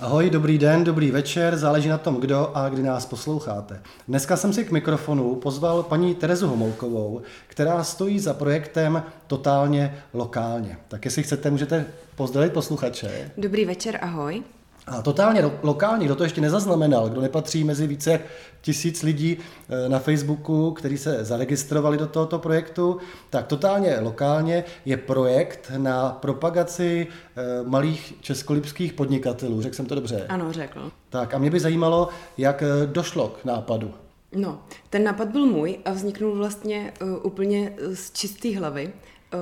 Ahoj, dobrý den, dobrý večer, záleží na tom, kdo a kdy nás posloucháte. Dneska jsem si k mikrofonu pozval paní Terezu Homolkovou, která stojí za projektem Totálně lokálně. Tak jestli chcete, můžete pozdravit posluchače. Dobrý večer, ahoj. A totálně lokálně, kdo to ještě nezaznamenal, kdo nepatří mezi více 1000 lidí na Facebooku, kteří se zaregistrovali do tohoto projektu, tak totálně lokálně je projekt na propagaci malých českolipských podnikatelů. Řekl jsem to dobře? Ano, řekl. Tak a mě by zajímalo, jak došlo k nápadu. No, ten nápad byl můj a vzniknul vlastně úplně z čisté hlavy.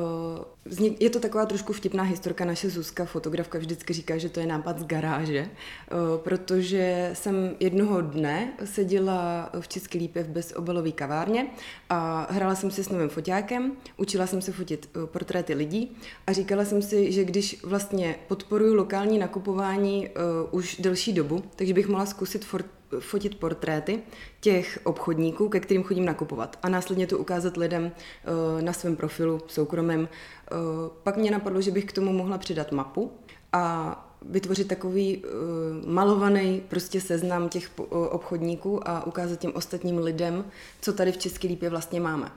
Je to taková trošku vtipná historka, naše Zuzka, fotografka, vždycky říká, že to je nápad z garáže, protože jsem jednoho dne seděla v České Lípě v bezobalové kavárně a hrála jsem si s novým foťákem, učila jsem se fotit portréty lidí a říkala jsem si, že když vlastně podporuji lokální nakupování už delší dobu, takže bych mohla zkusit fotit portréty těch obchodníků, ke kterým chodím nakupovat a následně to ukázat lidem na svém profilu soukromém. Pak mě napadlo, že bych k tomu mohla přidat mapu a vytvořit takový malovaný prostě seznam těch obchodníků a ukázat těm ostatním lidem, co tady v České Lípě vlastně máme.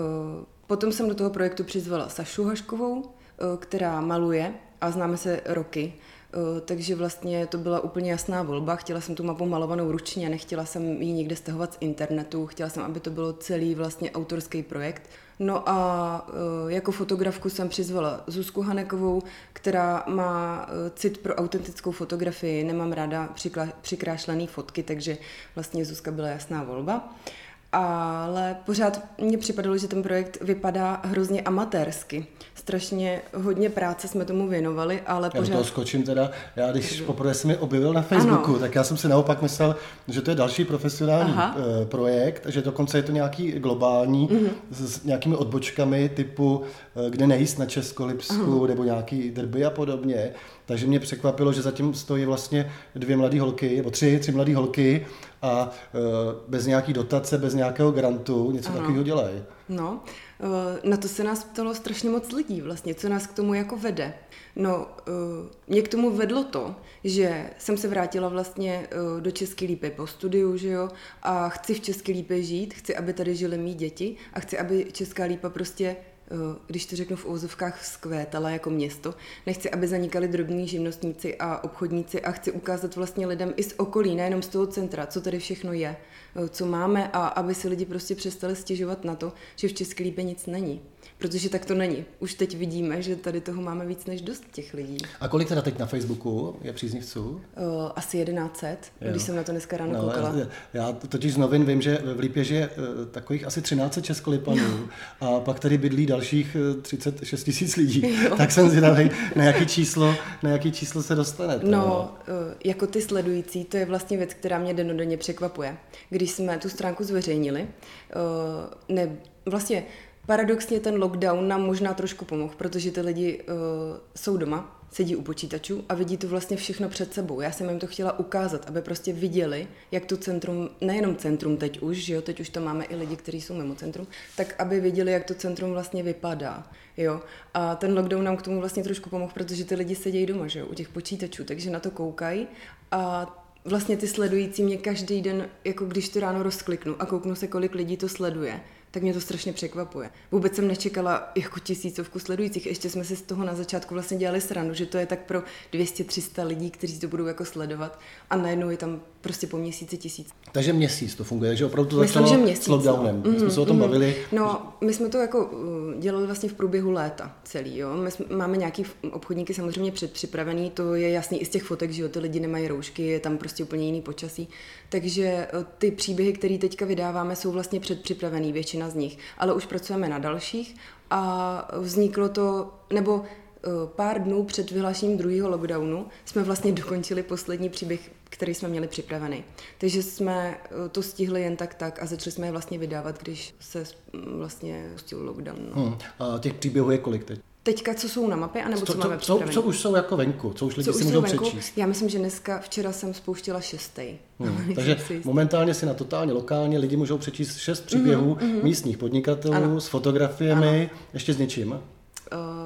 Potom jsem do toho projektu přizvala Sašu Haškovou, která maluje a známe se roky. Takže vlastně to byla úplně jasná volba. Chtěla jsem tu mapu malovanou ručně, nechtěla jsem ji někde stahovat z internetu, chtěla jsem, aby to bylo celý vlastně autorský projekt. No a jako fotografku jsem přizvala Zuzku Hanekovou, která má cit pro autentickou fotografii, nemám ráda přikrášlené fotky, takže vlastně Zuzka byla jasná volba. Ale pořád mně připadalo, že ten projekt vypadá hrozně amatérsky. Strašně hodně práce jsme tomu věnovali, ale pořád... Já do toho skočím teda, když poprvé jsem je objevil na Facebooku, tak já jsem si naopak myslel, že to je další profesionální projekt, že dokonce je to nějaký globální, s nějakými odbočkami typu, kde nejíst na Českolipsku, nebo nějaký drby a podobně. Takže mě překvapilo, že zatím stojí vlastně 2 mladé holky, nebo 3 mladé holky a bez nějaký dotace, bez nějakého grantu něco takového dělají. No, na to se nás ptalo strašně moc lidí vlastně, co nás k tomu jako vede. No, mě k tomu vedlo to, že jsem se vrátila vlastně do České Lípy po studiu, že jo, a chci v České Lípě žít, chci, aby tady žily mý děti a chci, aby Česká Lípa prostě, když to řeknu v uvozovkách, vzkvétala jako město. Nechci, aby zanikaly drobní živnostníci a obchodníci a chci ukázat vlastně lidem i z okolí, nejenom z toho centra, co tady všechno je, co máme a aby si lidi prostě přestali stěžovat na to, že v České Lípě nic není. Protože tak to není. Už teď vidíme, že tady toho máme víc než dost těch lidí. A kolik teda teď na Facebooku je příznivců? Asi 1100, když jsem na to dneska ráno koukala. Já totiž z novin vím, že v Lípě je takových asi 13 Českolipanů a pak tady bydlí dalších 36 000 lidí. Tak jsem zvědavý, na jaký číslo se dostanete. No, jako ty sledující, to je vlastně věc, která mě dennodenně překvapuje. Když jsme tu stránku zveřejnili, vlastně paradoxně ten lockdown nám možná trošku pomohl, protože ty lidi jsou doma, sedí u počítačů a vidí to vlastně všechno před sebou. Já jsem jim to chtěla ukázat, aby prostě viděli, jak to centrum, nejenom centrum teď už, že jo, teď už tam máme i lidi, kteří jsou mimo centrum, tak aby viděli, jak to centrum vlastně vypadá, jo. A ten lockdown nám k tomu vlastně trošku pomohl, protože ty lidi sedějí doma, že jo, u těch počítačů, takže na to koukají a vlastně ty sledující mě každý den, jako když to ráno rozkliknu a kouknu se, kolik lidí to sleduje, tak mě to strašně překvapuje. Vůbec jsem nečekala jako 1000 sledujících, ještě jsme si z toho na začátku vlastně dělali srandu, že to je tak pro 200-300 lidí, kteří to budou jako sledovat a najednou je tam prostě po měsíci 1000. Takže měsíc to funguje, že opravdu to začalo s lockdownem. My jsme se o tom bavili. No, my jsme to jako dělali vlastně v průběhu léta celý, jo. My máme nějaký obchodníky samozřejmě předpřipravený, to je jasný i z těch fotek, že jo, ty lidi nemají roušky, je tam prostě úplně jiný počasí. Takže ty příběhy, které teďka vydáváme, jsou vlastně předpřipravený, většina z nich, ale už pracujeme na dalších a vzniklo to, nebo pár dnů před vyhlášením druhého lockdownu jsme vlastně dokončili poslední příběh, který jsme měli připravený. Takže jsme to stihli jen tak a začali jsme je vlastně vydávat, když se vlastně pustil lockdown. A těch příběhů je kolik teď? Teďka, co jsou na mapě, anebo co máme připravené? Co už jsou jako venku, co už lidi si můžou přečíst? Já myslím, že včera jsem spouštila 6. Takže momentálně si na totálně lokálně lidi můžou přečíst 6 příběhů místních podnikatelů s fotografiemi, ještě s něčím.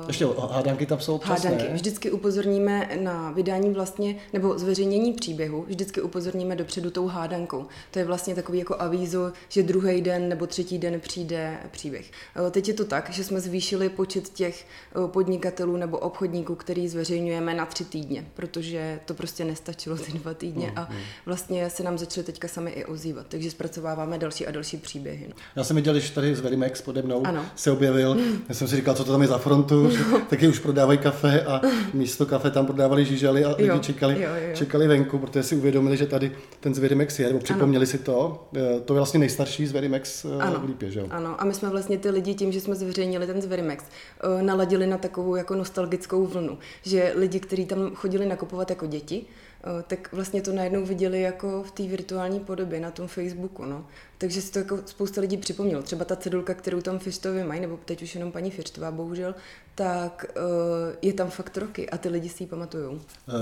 Ještě hádanky tam jsou občas, hádanky. Vždycky upozorníme na vydání vlastně, nebo zveřejnění příběhu, vždycky upozorníme dopředu tou hádankou. To je vlastně takový jako avízo, že druhý den nebo třetí den přijde příběh. Teď je to tak, že jsme zvýšili počet těch podnikatelů nebo obchodníků, který zveřejňujeme na 3 týdně, protože to prostě nestačilo ty 2 týdny a vlastně se nám začaly teďka sami i ozývat, takže zpracováváme další a další příběhy. Já jsem viděl, když tady z Verimex pode mnou se objevil, já jsem si říkal, co to tam je za frontu, taky už prodávají kafe a místo kafe tam prodávali žížaly a lidi čekali venku, protože si uvědomili, že tady ten z Verimex je, nebo připomněli si to. To je vlastně nejstarší z Verimex v Lípě, že jo? Ano, a my jsme vlastně ty lidi tím, že jsme zveřejnili ten z Verimex, naladili na takovou jako nostalgickou vlnu, že lidi, kteří tam chodili nakupovat jako děti, tak vlastně to najednou viděli jako v té virtuální podobě na tom Facebooku, no. Takže si to jako spousta lidí připomnělo. Třeba ta cedulka, kterou tam Fiřtovi mají, nebo teď už jenom paní Fiřtová, bohužel, tak je tam fakt roky a ty lidi si ji pamatujou.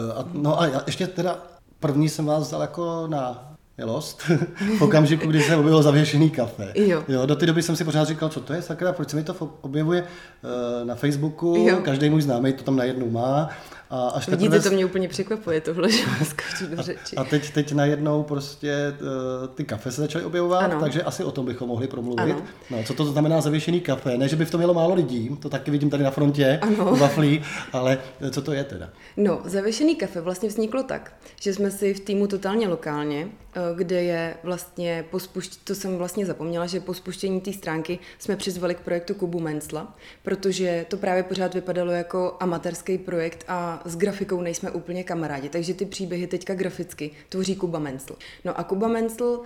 No a já ještě teda první jsem vás vzal jako na milost, v okamžiku, kdy se objevilo zavěšený kafe. Jo, do té doby jsem si pořád říkal, co to je, sakra, proč se mi to objevuje na Facebooku, každý můj známý to tam najednou má. A až vidíte, to mě úplně překvapuje tohle, že skočí do řeči. A teď najednou prostě ty kafe se začaly objevovat, takže asi o tom bychom mohli promluvit. No, co to znamená zavěšený kafe? Ne, že by v tom mělo málo lidí, to taky vidím tady na frontě, waflí, ale co to je teda? No, zavěšený kafe vlastně vzniklo tak, že jsme si v týmu Totálně lokálně, kde je vlastně to jsem vlastně zapomněla, že po spuštění té stránky jsme přizvali k projektu Kubu Mencla, protože to právě pořád vypadalo jako amatérský projekt a s grafikou nejsme úplně kamarádi, takže ty příběhy teďka graficky tvoří Kuba Mencl. No a Kuba Mencl,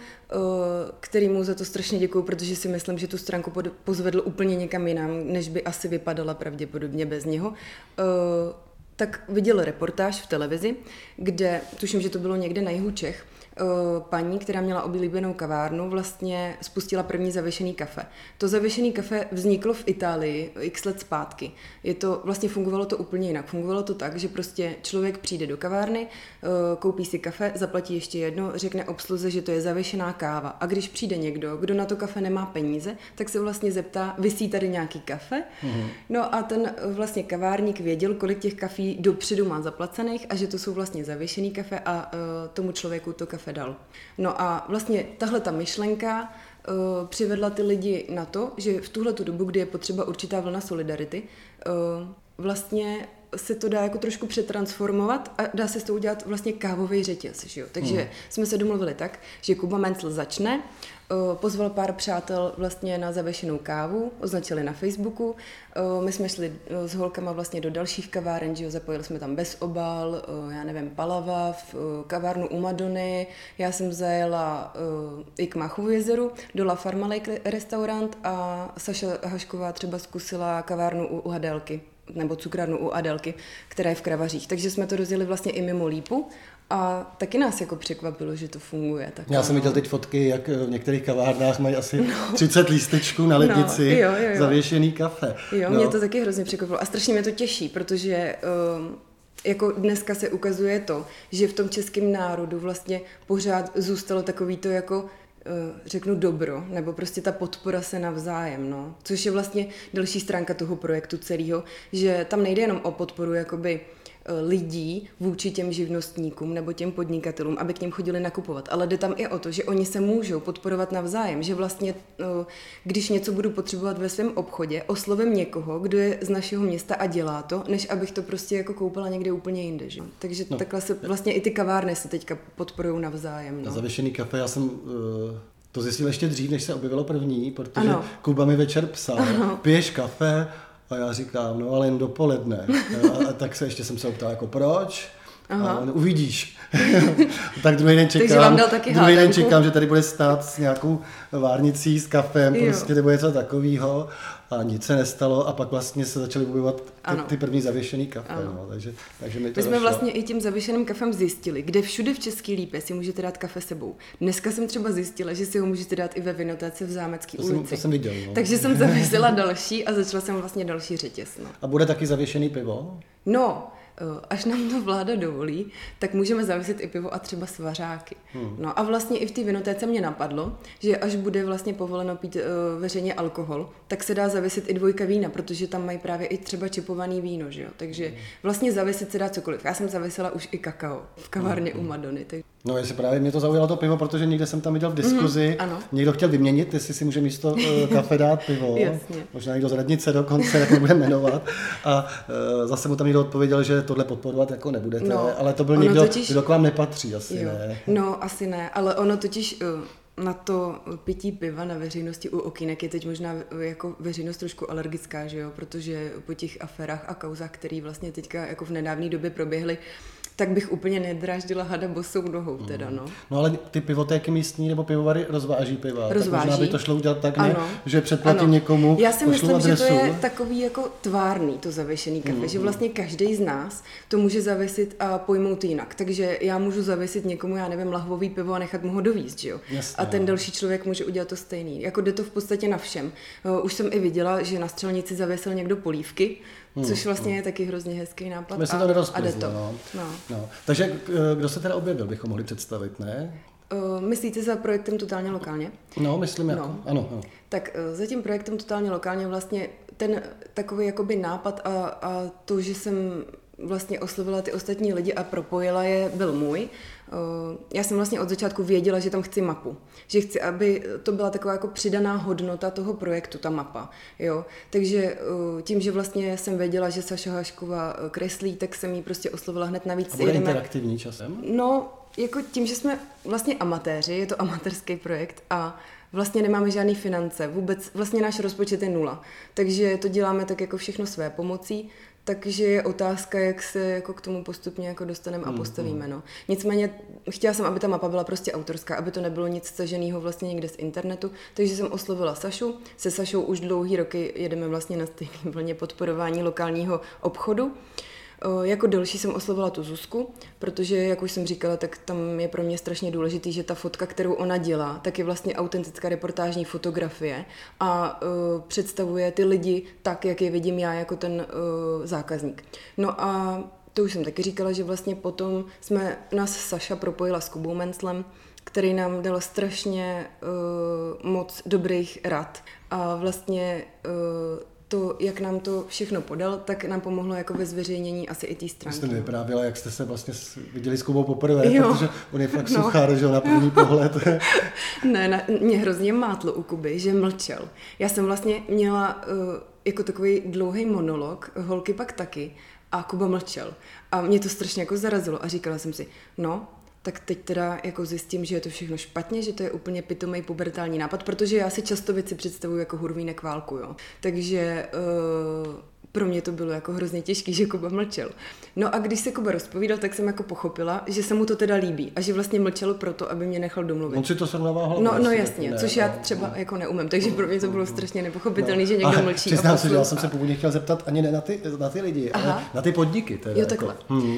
kterýmu za to strašně děkuju, protože si myslím, že tu stránku pozvedl úplně někam jinam, než by asi vypadala pravděpodobně bez něho, tak viděl reportáž v televizi, kde, tuším, že to bylo někde na jihu Čech, paní, která měla oblíbenou kavárnu, vlastně spustila první zavěšený kafe. To zavěšený kafe vzniklo v Itálii x let zpátky. Vlastně fungovalo to úplně jinak. Fungovalo to tak, že prostě člověk přijde do kavárny, koupí si kafe, zaplatí ještě jedno, řekne obsluze, že to je zavěšená káva. A když přijde někdo, kdo na to kafe nemá peníze, tak se vlastně zeptá, visí tady nějaký kafe? No a ten vlastně kavárník věděl, kolik těch kafí dopředu má zaplacených a že to jsou vlastně zavěšený kafe a tomu člověku to kafe dal. No a vlastně tahle ta myšlenka přivedla ty lidi na to, že v tuhletu dobu, kdy je potřeba určitá vlna solidarity, vlastně se to dá jako trošku přetransformovat a dá se s toho udělat vlastně kávový řetěz. Že jo? Takže jsme se domluvili tak, že Kuba Mencl začne, pozval pár přátel vlastně na zavěšenou kávu, označili na Facebooku, my jsme šli s holkama vlastně do dalších kaváren, že jo? Zapojili jsme tam Bez obal, já nevím, Palava, kavárnu u Madony, já jsem zajela i k Máchovu jezeru, do La Farma Lake restaurant a Saša Hašková třeba zkusila kavárnu u Adelky, nebo cukrárnu u Adelky, která je v Kravařích. Takže jsme to rozjeli vlastně i mimo Lípu a taky nás jako překvapilo, že to funguje. Tak já jsem viděl teď fotky, jak v některých kavárnách mají asi 30 lístečků na lednici zavěšený kafe. Mě to taky hrozně překvapilo a strašně mě to těší, protože jako dneska se ukazuje to, že v tom českém národu vlastně pořád zůstalo takový to jako řeknu dobro, nebo prostě ta podpora se navzájem, no. Což je vlastně další stránka toho projektu celého, že tam nejde jenom o podporu jakoby lidí vůči těm živnostníkům nebo těm podnikatelům, aby k něm chodili nakupovat, ale jde tam i o to, že oni se můžou podporovat navzájem, že vlastně, když něco budu potřebovat ve svém obchodě, oslovím někoho, kdo je z našeho města a dělá to, než abych to prostě jako koupila někde úplně jinde, že? Takže takhle se vlastně i ty kavárny se teďka podporují navzájem. No. Zavěšený kafe, já jsem to zjistil ještě dřív, než se objevilo první, protože Kuba mi večer psal, piješ kafe? A já říkám, no ale jen dopoledne. A tak se ještě jsem se optal, jako proč? A on, uvidíš. Tak druhý den čekám, že tady bude stát s nějakou várnicí, s kafem, prostě nebo něco takového. A nic se nestalo a pak vlastně se začaly objevovat ty první zavěšený kafe. No, takže mi to jsme vlastně i tím zavěšeným kafem zjistili, kde všude v České Lípě si můžete dát kafe sebou. Dneska jsem třeba zjistila, že si ho můžete dát i ve Vinotéce v Zámecké ulici. To jsem viděl. No. Takže jsem zavěsila další a začala jsem vlastně další řetěz. No. A bude taky zavěšený pivo? No, až nám to vláda dovolí, tak můžeme zavěsit i pivo a třeba svařáky. No a vlastně i v té vinotéce mě napadlo, že až bude vlastně povoleno pít veřejně alkohol, tak se dá zavěsit i 2 vína, protože tam mají právě i třeba čipovaný víno, že jo? Takže vlastně zavěsit se dá cokoliv. Já jsem zavěsila už i kakao v kavárně u Madony. Tak... No, jestli právě mě to zaujalo to pivo, protože někde jsem tam viděl v diskuzi, někdo chtěl vyměnit, jestli si může místo kafe dát pivo. Jasně. Možná někdo z radnice dokonce, jak nebudeme jmenovat. A zase mu tam někdo odpověděl, že tohle podporovat jako nebudete, ale to byl někdo, kdo k vám nepatří, asi jo. ne. No, asi ne, ale ono totiž na to pití piva na veřejnosti u okýnek je teď možná jako veřejnost trošku alergická, že jo, protože po těch aférách a kauzách, které vlastně teďka jako v nedávné době proběhly, tak bych úplně nedráždila hada bosou nohou teda, no. No ale ty pivotéky místní nebo pivovary rozváží piva. Rozváží. Tak možná by to šlo udělat tak, ne, že předplatím někomu. Já si myslím, adresu. že to je takový jako tvárný to zavěšený kafe, že vlastně každý z nás to může zavěsit a pojmout jinak. Takže já můžu zavěsit někomu, já nevím, lahvový pivo a nechat mu ho dovízt, že jo. Jasně, a ten další člověk může udělat to stejný. Jako jde to v podstatě na všem. Už jsem i viděla, že na střelnici zavěsil někdo polívky, což vlastně je taky hrozně hezký nápad. A jde to. No. Takže kdo se teda objevil, bychom mohli představit, ne? Myslíte za projektem Totálně lokálně? No, myslím jako, ano. Tak za tím projektem Totálně lokálně vlastně ten takový jakoby nápad a to, že jsem vlastně oslovila ty ostatní lidi a propojila je, byl můj. Já jsem vlastně od začátku věděla, že tam chci mapu. Že chci, aby to byla taková jako přidaná hodnota toho projektu, ta mapa. Jo? Takže tím, že vlastně jsem věděla, že Saša Hašková kreslí, tak jsem jí prostě oslovila hned navíc. A bude interaktivní časem? No, jako tím, že jsme vlastně amatéři, je to amatérský projekt a vlastně nemáme žádný finance, vůbec, vlastně náš rozpočet je 0, takže to děláme tak jako všechno své pomocí, takže je otázka, jak se jako k tomu postupně jako dostaneme a postavíme. No. Nicméně chtěla jsem, aby ta mapa byla prostě autorská, aby to nebylo nic staženého vlastně někde z internetu, takže jsem oslovila Sašu. Se Sašou už dlouhý roky jedeme vlastně na stejné vlně podporování lokálního obchodu. Jako další jsem oslovila tu Zuzku, protože, jak už jsem říkala, tak tam je pro mě strašně důležitý, že ta fotka, kterou ona dělá, tak je vlastně autentická reportážní fotografie a představuje ty lidi tak, jak je vidím já jako ten zákazník. No a to už jsem taky říkala, že vlastně potom nás Saša propojila s Kubou Menclem, který nám dal strašně moc dobrých rad a vlastně to, jak nám to všechno podal, tak nám pomohlo jako ve zveřejnění asi i té stránky. Jste nevyprávěla, jak jste se vlastně viděli s Kubou poprvé, protože on je fakt suchár, že na první pohled. Ne, mě hrozně mátlo u Kuby, že mlčel. Já jsem vlastně měla jako takový dlouhý monolog, holky pak taky, a Kuba mlčel. A mě to strašně jako zarazilo a říkala jsem si, tak teď teda jako zjistím, že je to všechno špatně, že to je úplně pitomej pubertální nápad, protože já si často věci představuji jako hurvínek válku, jo. Takže pro mě to bylo jako hrozně těžký, že Kuba mlčel. No a když se Kuba rozpovídal, tak jsem jako pochopila, že se mu to teda líbí a že vlastně mlčelo proto, aby mě nechal domluvit. On si to srovnává hlavou. No jasně, což já třeba jako neumím, takže pro mě to bylo strašně nepochopitelné, že někdo mlčí. Přiznám se, že já jsem se původně chtěl zeptat ani ne na ty lidi, ale na ty podniky. Teda, jo, takhle.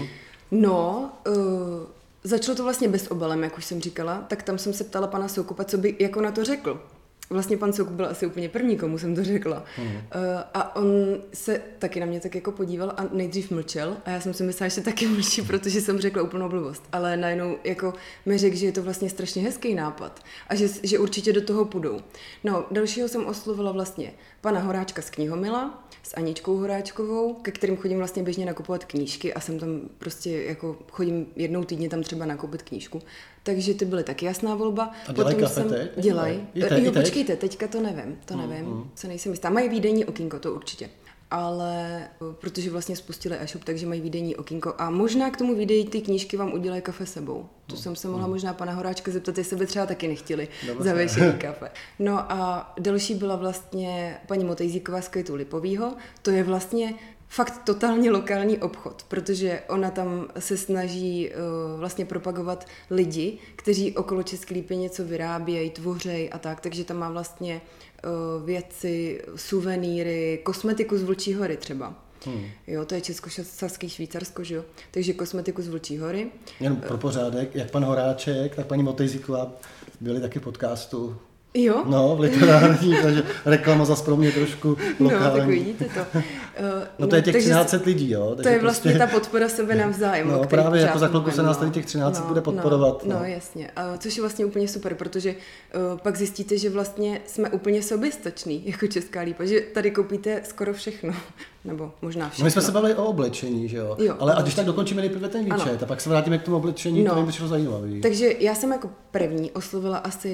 Začalo to vlastně bez obalem, jak už jsem říkala, tak tam jsem se ptala pana Soukupa, co by jako na to řekl. Vlastně pan Soukup byl asi úplně první, komu jsem to řekla. A on se taky na mě tak jako podíval a nejdřív mlčel a já jsem si myslela, že taky mlčí, protože jsem řekla úplnou blbost. Ale najednou jako mi řekl, že je to vlastně strašně hezký nápad a že určitě do toho půjdou. No, dalšího jsem oslovila vlastně pana Horáčka z Knihomila, s Aničkou Horáčkovou, ke kterým chodím vlastně běžně nakupovat knížky a jsem tam prostě jako chodím jednou týdně tam třeba nakoupit knížku. Takže ty byly taky jasná volba. A dělají kafe teď? Dělají. Jo, počkejte, teďka to nevím, se nejsem jistá. Mají výdejní okýnko, to určitě. Ale protože vlastně spustili e-shop, takže mají výdejní okýnko a možná k tomu výdeji ty knížky vám udělají kafe sebou. To jsem se mohla možná pana Horáčka zeptat, jestli by třeba taky nechtěli zavěšený kafe. No a další byla vlastně paní Motejzíková z Květu Lipovýho. To je vlastně fakt totálně lokální obchod, protože ona tam se snaží vlastně propagovat lidi, kteří okolo České Lípy něco vyrábějí, tvořejí a tak, takže tam má vlastně věci, suvenýry, kosmetiku z Vlčí hory třeba. Jo, to je Českosaský Švýcarsko, že jo? Takže kosmetiku z Vlčí hory. Jen pro pořádek, jak pan Horáček, tak paní Motejzíková byli taky v podcastu. Jo? No, v literární, takže reklama zas pro mě trošku lokální. No, tak vidíte to. No to je těch 1300 lidí, jo? To je vlastně ta podpora sebe navzájem. No právě jako za chvilku se nás tady těch 13 bude podporovat. No jasně, což je vlastně úplně super, protože pak zjistíte, že vlastně jsme úplně soběstační jako Česká lípa, že tady koupíte skoro všechno, nebo možná všechno. No my jsme se bavili o oblečení, že jo? Ale a když tak dokončíme nejprve ten výčet a pak se vrátíme k tomu oblečení, to mi přišlo zajímavý. Takže já jsem jako první oslovila asi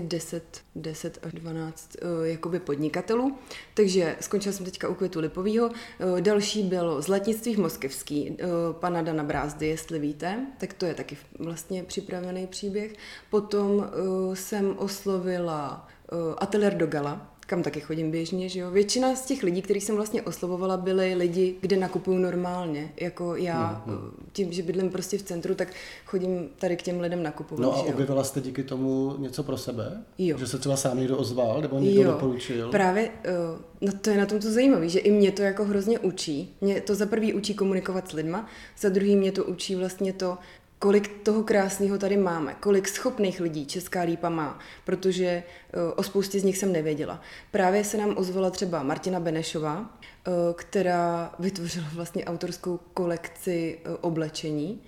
10 až 12 jakoby podnikatelů, takže skončila jsem teďka u Květu Lipovýho. Další bylo Zlatnictví Moskevský, pana Dana Brázdy, jestli víte, tak to je taky vlastně připravený příběh. Potom jsem oslovila Atelier Dogala, kam taky chodím běžně, že jo. Většina z těch lidí, kterých jsem vlastně oslovovala, byli lidi, kde nakupuju normálně. Jako já, tím, že bydlím prostě v centru, tak chodím tady k těm lidem nakupovat. No a objevila jste díky tomu něco pro sebe? Jo. Že se třeba sám někdo ozval, nebo někdo doporučil? Právě, no to je na tom to zajímavé, že i mě to jako hrozně učí. Mě to za prvý učí komunikovat s lidma, za druhý mě to učí vlastně to, kolik toho krásného tady máme, kolik schopných lidí Česká lípa má, protože o spoustě z nich jsem nevěděla. Právě se nám ozvala třeba Martina Benešová, která vytvořila vlastně autorskou kolekci oblečení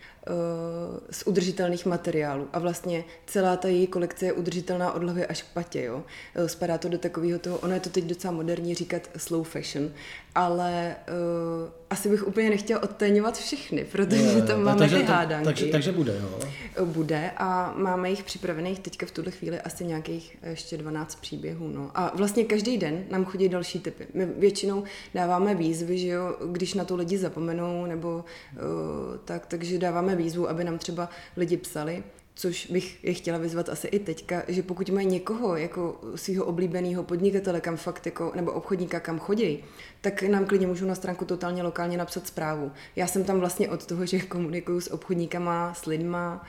z udržitelných materiálů. A vlastně celá ta její kolekce je udržitelná od hlavy až k patě. Jo? Spadá to do takového toho, ono je to teď docela moderní říkat slow fashion, ale asi bych úplně nechtěla odtéňovat všechny, protože tam máme ty hádanky. Takže bude, jo? Bude a máme jich připravených teďka v tuhle chvíli asi nějakých ještě 12 příběhů. No. A vlastně každý den nám chodí další typy. My většinou dáváme výzvy, že jo, když na to lidi zapomenou, nebo takže dáváme výzvu, aby nám třeba lidi psali, což bych je chtěla vyzvat asi i teďka, že pokud mají někoho jako svého oblíbeného podnikatele, kam fakt jako, nebo obchodníka, kam chodí, tak nám klidně můžou na stránku Totálně lokálně napsat zprávu. Já jsem tam vlastně od toho, že komunikuju s obchodníkama, s lidma,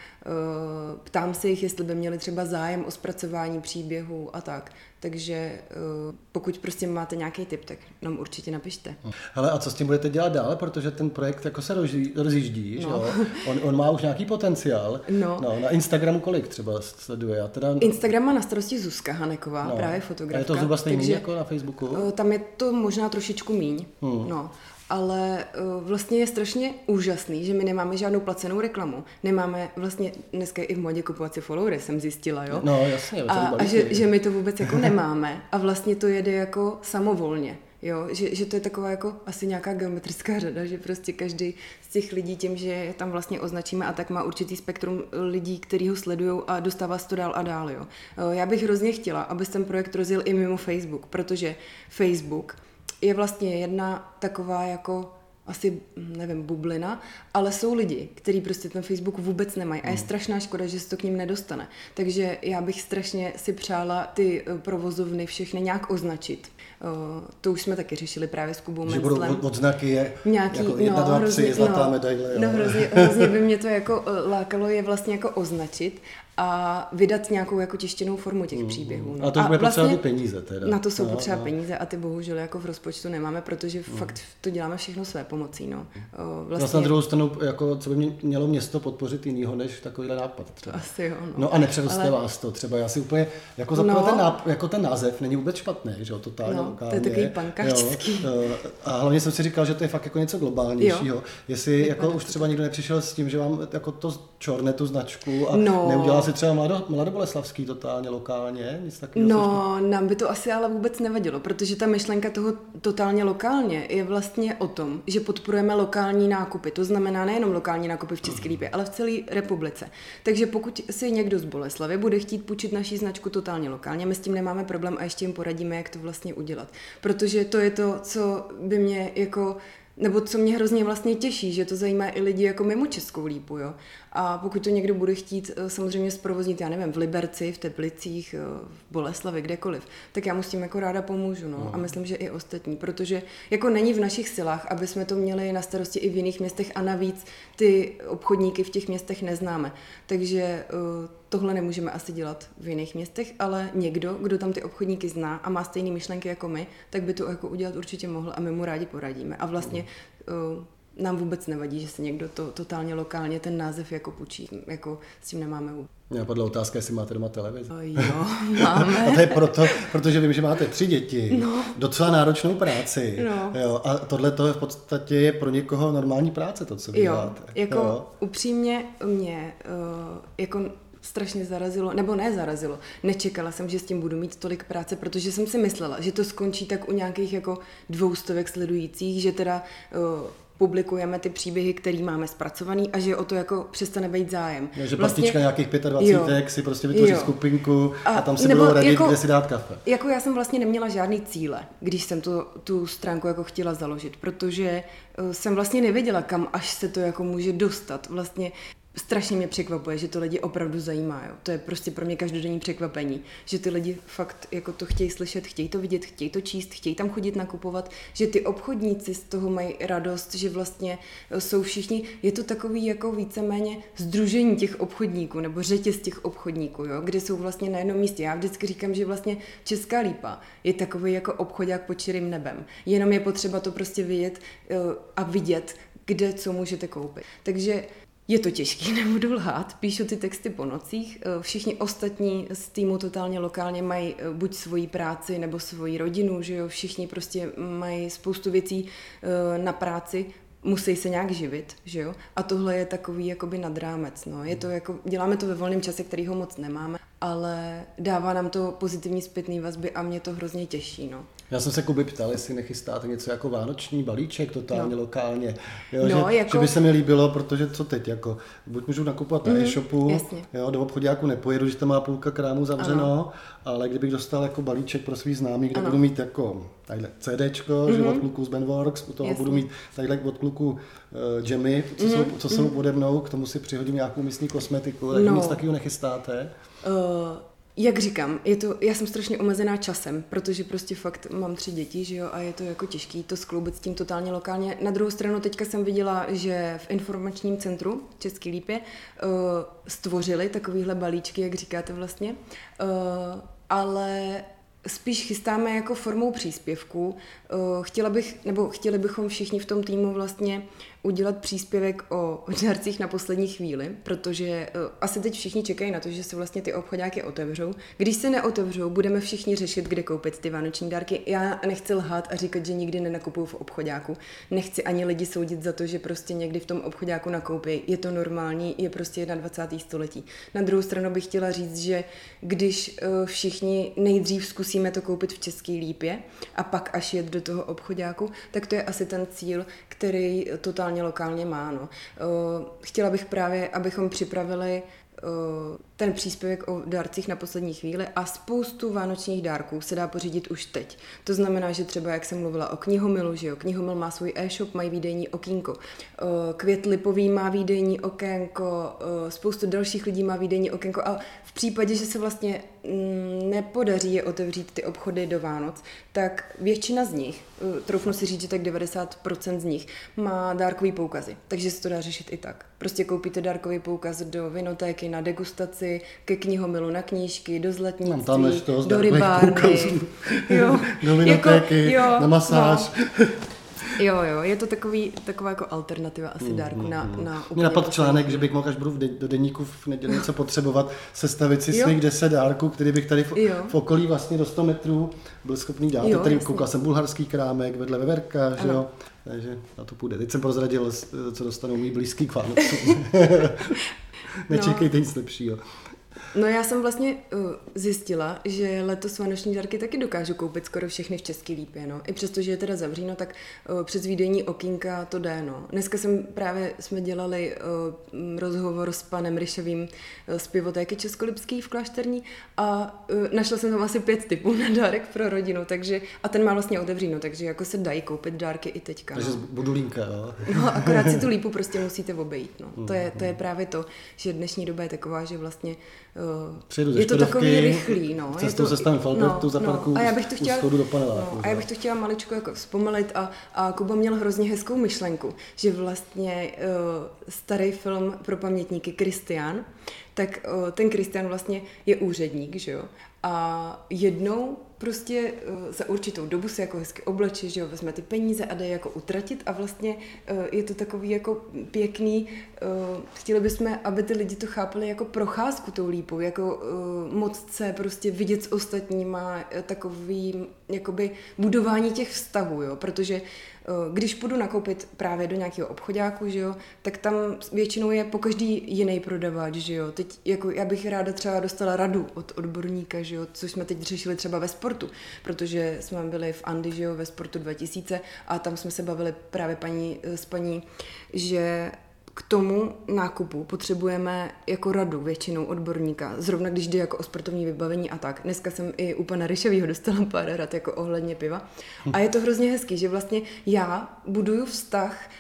ptám se jich, jestli by měli třeba zájem o zpracování příběhu a tak. Takže pokud prostě máte nějaký tip, tak nám určitě napište. Hele, a co s tím budete dělat dál, protože ten projekt jako se rozjíždí, že jo? On má už nějaký potenciál. No, na Instagramu kolik třeba sleduje? Instagram má na starosti Zuzka Haneková, právě fotografka. A je to zhruba stejný jako na Facebooku? Tam je to možná trošičku míň. No. Ale vlastně je strašně úžasný, že my nemáme žádnou placenou reklamu. Nemáme vlastně dneska i v modě kupovat si followery, jsem zjistila, jo? No jasně. A že my to vůbec jako nemáme a vlastně to jede jako samovolně. Jo, že to je taková jako asi nějaká geometrická řada, že prostě každý z těch lidí tím, že je tam vlastně označíme a tak má určitý spektrum lidí, kteří ho sledují a dostává se to dál a dál. Jo. Já bych hrozně chtěla, aby ten projekt rozjel i mimo Facebook, protože Facebook je vlastně jedna taková jako asi, nevím, bublina, ale jsou lidi, kteří prostě ten Facebook vůbec nemají a je strašná škoda, že se to k ním nedostane. Takže já bych strašně si přála ty provozovny všechny nějak označit. To už jsme taky řešili právě s Kubou Menclem. Že budou odznaky nějaký, jako 1, 2, 3, zlatá medaile. No hrozně by mě to jako lákalo je vlastně jako označit a vydat nějakou jako tištěnou formu těch příběhů. No. A to už bude potřeba ty peníze teda. Na to jsou potřeba peníze a ty bohužel jako v rozpočtu nemáme, protože fakt to děláme všechno své pomocí. No. Vlastně na druhou stranu, jako, co by mělo město podpořit jinýho než takovýhle nápad třeba. Asi jo. No a nepřeroste vás to třeba. Já si úplně, jako ten název není vůbec špatný, že jo, Totálně lokálně. To je takový pankáčský. A hlavně jsem si říkal, že to je fakt jako něco globálnějšího. Jestli jako už třeba nikdo nepřišel s tím, že vám jako to čorne tu značku a neudělal si třeba Mladoboleslavský Totálně lokálně, nic takového. No, nám by to asi ale vůbec nevadilo, protože ta myšlenka toho Totálně lokálně je vlastně o tom, že podporujeme lokální nákupy. To znamená nejenom lokální nákupy v České Lípě, ale v celé republice. Takže pokud si někdo z Boleslavy bude chtít půjčit naší značku Totálně lokálně, my s tím nemáme problém a ještě jim poradíme, jak to vlastně udělat. Protože to je to, co by mě jako nebo co mě hrozně vlastně těší, že to zajímá i lidi jako mimo Českou Lípu, jo. A pokud to někdo bude chtít samozřejmě zprovoznit, já nevím, v Liberci, v Teplicích, v Boleslavi, kdekoliv, tak já mu s tím jako ráda pomůžu, no. A myslím, že i ostatní, protože jako není v našich silách, aby jsme to měli na starosti i v jiných městech a navíc ty obchodníky v těch městech neznáme. Takže tohle nemůžeme asi dělat v jiných městech, ale někdo, kdo tam ty obchodníky zná a má stejné myšlenky jako my, tak by to jako udělat určitě mohl a my mu rádi poradíme. A vlastně nám vůbec nevadí, že si někdo to totálně lokálně ten název jako půjčí, jako s tím nemáme vůbec. Mě napadla otázka, jestli máte doma televizi. Jo, máme. A to je protože vím, že máte 3 děti, docela náročnou práci. Jo, a tohle to v podstatě je pro někoho normální práce, to, co vy děláte. Upřímně mě jako strašně zarazilo, nebo ne zarazilo, nečekala jsem, že s tím budu mít tolik práce, protože jsem si myslela, že to skončí tak u nějakých jako 200 sledujících, že teda publikujeme ty příběhy, který máme zpracovaný a že o to jako přestane být zájem. Že partička nějakých 25 si prostě vytvoří skupinku a tam si budou radit, jako, kde si dát kafe. Jako já jsem vlastně neměla žádný cíle, když jsem tu stránku jako chtěla založit, protože jsem vlastně nevěděla, kam až se to jako může dostat. Vlastně strašně mě překvapuje, že to lidi opravdu zajímá. Jo. To je prostě pro mě každodenní překvapení, že ty lidi fakt jako to chtějí slyšet, chtějí to vidět, chtějí to číst, chtějí tam chodit nakupovat, že ty obchodníci z toho mají radost, že vlastně jsou všichni, je to takový jako víceméně sdružení těch obchodníků nebo řetěz těch obchodníků, jo, kde jsou vlastně na jednom místě. Já vždycky říkám, že vlastně Česká Lípa je takový jako obchodák pod širým nebem. Jenom je potřeba to prostě vidět a vidět, kde co můžete koupit. Takže je to těžký, nebudu lhát, píšu ty texty po nocích, všichni ostatní z týmu totálně lokálně mají buď svoji práci nebo svoji rodinu, že jo, všichni prostě mají spoustu věcí na práci, musí se nějak živit, že jo, a tohle je takový jakoby nad rámec, no, je to jako, děláme to ve volném čase, kterýho moc nemáme, ale dává nám to pozitivní zpětný vazby a mě to hrozně těší, no. Já jsem se Kuby ptal, jestli nechystáte něco jako vánoční balíček totálně lokálně. Jo, že by se mi líbilo, protože co teď, jako, buď můžu nakupovat na e-shopu, jo, do obchodáku nepojedu, že tam má půlka krámu zavřeno, ale kdybych dostal jako balíček pro svý známý, kde budu mít jako takhle CDčko, že od kluků z Bandworks, u toho budu mít takhle od kluků džemy, co jsou pode mnou, k tomu si přihodím nějakou místní kosmetiku, tak nic takového nechystáte? Jak říkám, já jsem strašně omezená časem, protože prostě fakt mám 3 děti, že jo, a je to jako těžký to skloubit s tím totálně lokálně. Na druhou stranu teďka jsem viděla, že v informačním centru České Lípě stvořili takovýhle balíčky, jak říkáte vlastně, ale spíš chystáme jako formou příspěvku. Chtěli bychom všichni v tom týmu vlastně udělat příspěvek o dárcích na poslední chvíli, protože asi teď všichni čekají na to, že se vlastně ty obchodáky otevřou. Když se neotevřou, budeme všichni řešit, kde koupit ty vánoční dárky. Já nechci lhát a říkat, že nikdy nenakupuju v obchodáku. Nechci ani lidi soudit za to, že prostě někdy v tom obchodáku nakoupí. Je to normální, je prostě 21. století. Na druhou stranu bych chtěla říct, že když všichni nejdřív zkusíme to koupit v České Lípě a pak až jet do toho obchodáku, tak to je asi ten cíl, který totálně lokálně má. No. Chtěla bych právě, abychom připravili ten příspěvek o dárcích na poslední chvíli a spoustu vánočních dárků se dá pořídit už teď. To znamená, že třeba, jak jsem mluvila o Knihomilu, že jo, Knihomil má svůj e-shop, mají výdejní okýnko, Květ Lipový má výdejní okénko, spoustu dalších lidí má výdejní okénko a v případě, že se vlastně nepodaří je otevřít ty obchody do Vánoc, tak většina z nich, troufnu si říct, že tak 90% z nich má dárkový poukazy, takže se to dá řešit i tak. Prostě koupíte dárkový poukaz do vinotéky na degustaci, ke Knihomilu na knížky, do zlatnictví, do rybárny, do vinotéky, na masáž. No. Jo, je to taková jako alternativa asi dárku na Mě napadl článek, že bych mohl, až budu do deníku v neděli něco potřebovat, sestavit si svých 10 dárků, který bych tady v okolí vlastně do 100 metrů byl schopný dát. Tady koukal jsem bulharský krámek, vedle Veverka, že jo. Takže na to půjde. Teď jsem prozradil, co dostanou mý blízký k Vánocům. Nečekejte nic lepšího. No já jsem vlastně zjistila, že letos vánoční dárky taky dokážu koupit skoro všechny v České Lípě, no. I přesto, že je teda zavříno, tak přes výdejní okýnka to jde, no. Dneska jsme dělali rozhovor s panem Ryšavým z pivotéky Českolipský v Klášterní a našla jsem tam asi 5 typů na dárek pro rodinu, takže a ten má vlastně otevříno, takže jako se dají koupit dárky i teďka. Takže budulínka, jo. No, akorát si tu lípu prostě musíte obejít, no. To je právě to, že dnešní doba je taková, že vlastně je to takový rychlý, no. Cestou se stavím v Albertu, za parku u schodu do paneláku. A já bych to chtěla maličko jako zpomalit a Kuba měl hrozně hezkou myšlenku, že vlastně starý film pro pamětníky Kristián, tak ten Kristian vlastně je úředník, že jo. A jednou prostě za určitou dobu se jako hezky obleče, že jo, vezme ty peníze a jde jako utratit a vlastně je to takový jako pěkný, chtěli bychom, aby ty lidi to chápali jako procházku tou Lípou, jako moc se prostě vidět s ostatníma, takový jakoby budování těch vztahů, jo, protože když půjdu nakoupit právě do nějakého obchodáku, že jo, tak tam většinou je pokaždý jiný prodavač, že jo. Teď jako já bych ráda třeba dostala radu od odborníka, že jo, což jsme teď řešili třeba ve sportu, protože jsme byli v Andy, že jo, ve Sportu 2000 a tam jsme se bavili právě s paní, že k tomu nákupu potřebujeme jako radu většinou odborníka, zrovna když jde jako o sportovní vybavení a tak. Dneska jsem i u pana Ryšavýho dostala pár rad jako ohledně piva. A je to hrozně hezký, že vlastně já buduju vztah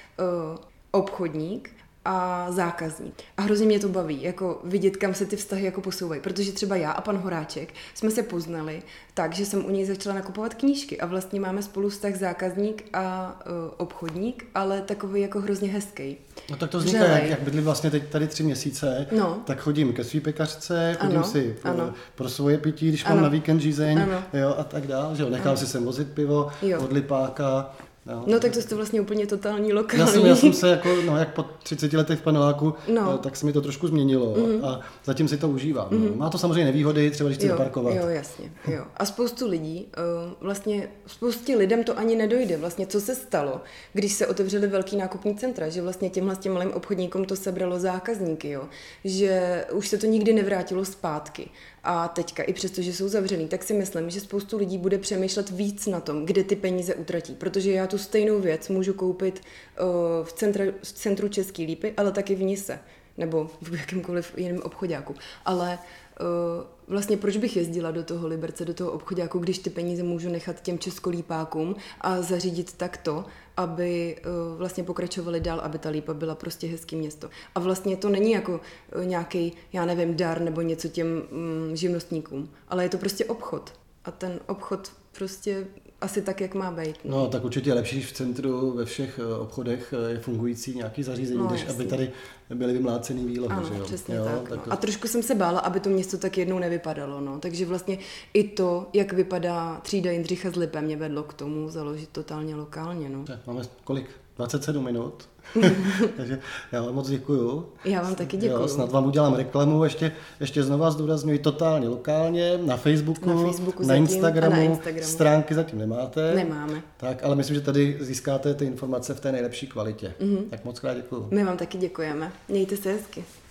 obchodník a zákazník. A hrozně mě to baví, jako vidět, kam se ty vztahy jako posouvají. Protože třeba já a pan Horáček jsme se poznali tak, že jsem u něj začala nakupovat knížky a vlastně máme spolu vztah zákazník a obchodník, ale takový jako hrozně hezký. No tak to vzniká, jak bydli vlastně teď tady 3 měsíce, tak chodím ke svý pekařce, chodím si pro svoje pití, když mám na víkend žízeň, jo, a tak dál, že jo, nechám si sem vozit pivo od Lipáka. No tak to je vlastně úplně totální lokální. Já jsem se jako, jak po 30 letech v paneláku, tak se mi to trošku změnilo a zatím si to užívám. Má to samozřejmě nevýhody, třeba když chci zaparkovat. Jo, jasně. Jo. A spoustu lidí, vlastně spoustě lidem to ani nedojde. Vlastně co se stalo, když se otevřely velký nákupní centra, že vlastně těm malým obchodníkům to sebralo zákazníky, jo? Že už se to nikdy nevrátilo zpátky. A teďka, i přesto, že jsou zavřený, tak si myslím, že spoustu lidí bude přemýšlet víc na tom, kde ty peníze utratí. Protože já tu stejnou věc můžu koupit v centru České Lípy, ale taky v Nise, nebo v jakémkoliv jiném obchodáku. Ale vlastně proč bych jezdila do toho Liberce, do toho obchodáku, když ty peníze můžu nechat těm českolípákům a zařídit takto, aby vlastně pokračovali dál, aby ta Lípa byla prostě hezký město. A vlastně to není jako nějaký, já nevím, dar nebo něco těm živnostníkům, ale je to prostě obchod. A ten obchod prostě asi tak, jak má být. No tak určitě je lepší, když v centru ve všech obchodech je fungující nějaký zařízení, než aby tady byly vymlácený výlohy. Ano, že jo? Přesně tak. No. A trošku jsem se bála, aby to město tak jednou nevypadalo. No. Takže vlastně i to, jak vypadá třída Jindřicha z Lipe, mě vedlo k tomu založit totálně lokálně. No. Máme kolik? 27 minut. Takže já vám moc děkuju. Já vám taky děkuju. Snad vám udělám reklamu, ještě znova zdůrazňuji totálně lokálně, na Facebooku na Instagramu. Stránky zatím nemáte. Nemáme. Tak, ale myslím, že tady získáte ty informace v té nejlepší kvalitě. Tak moc krát děkuju. My vám taky děkujeme. Mějte se hezky.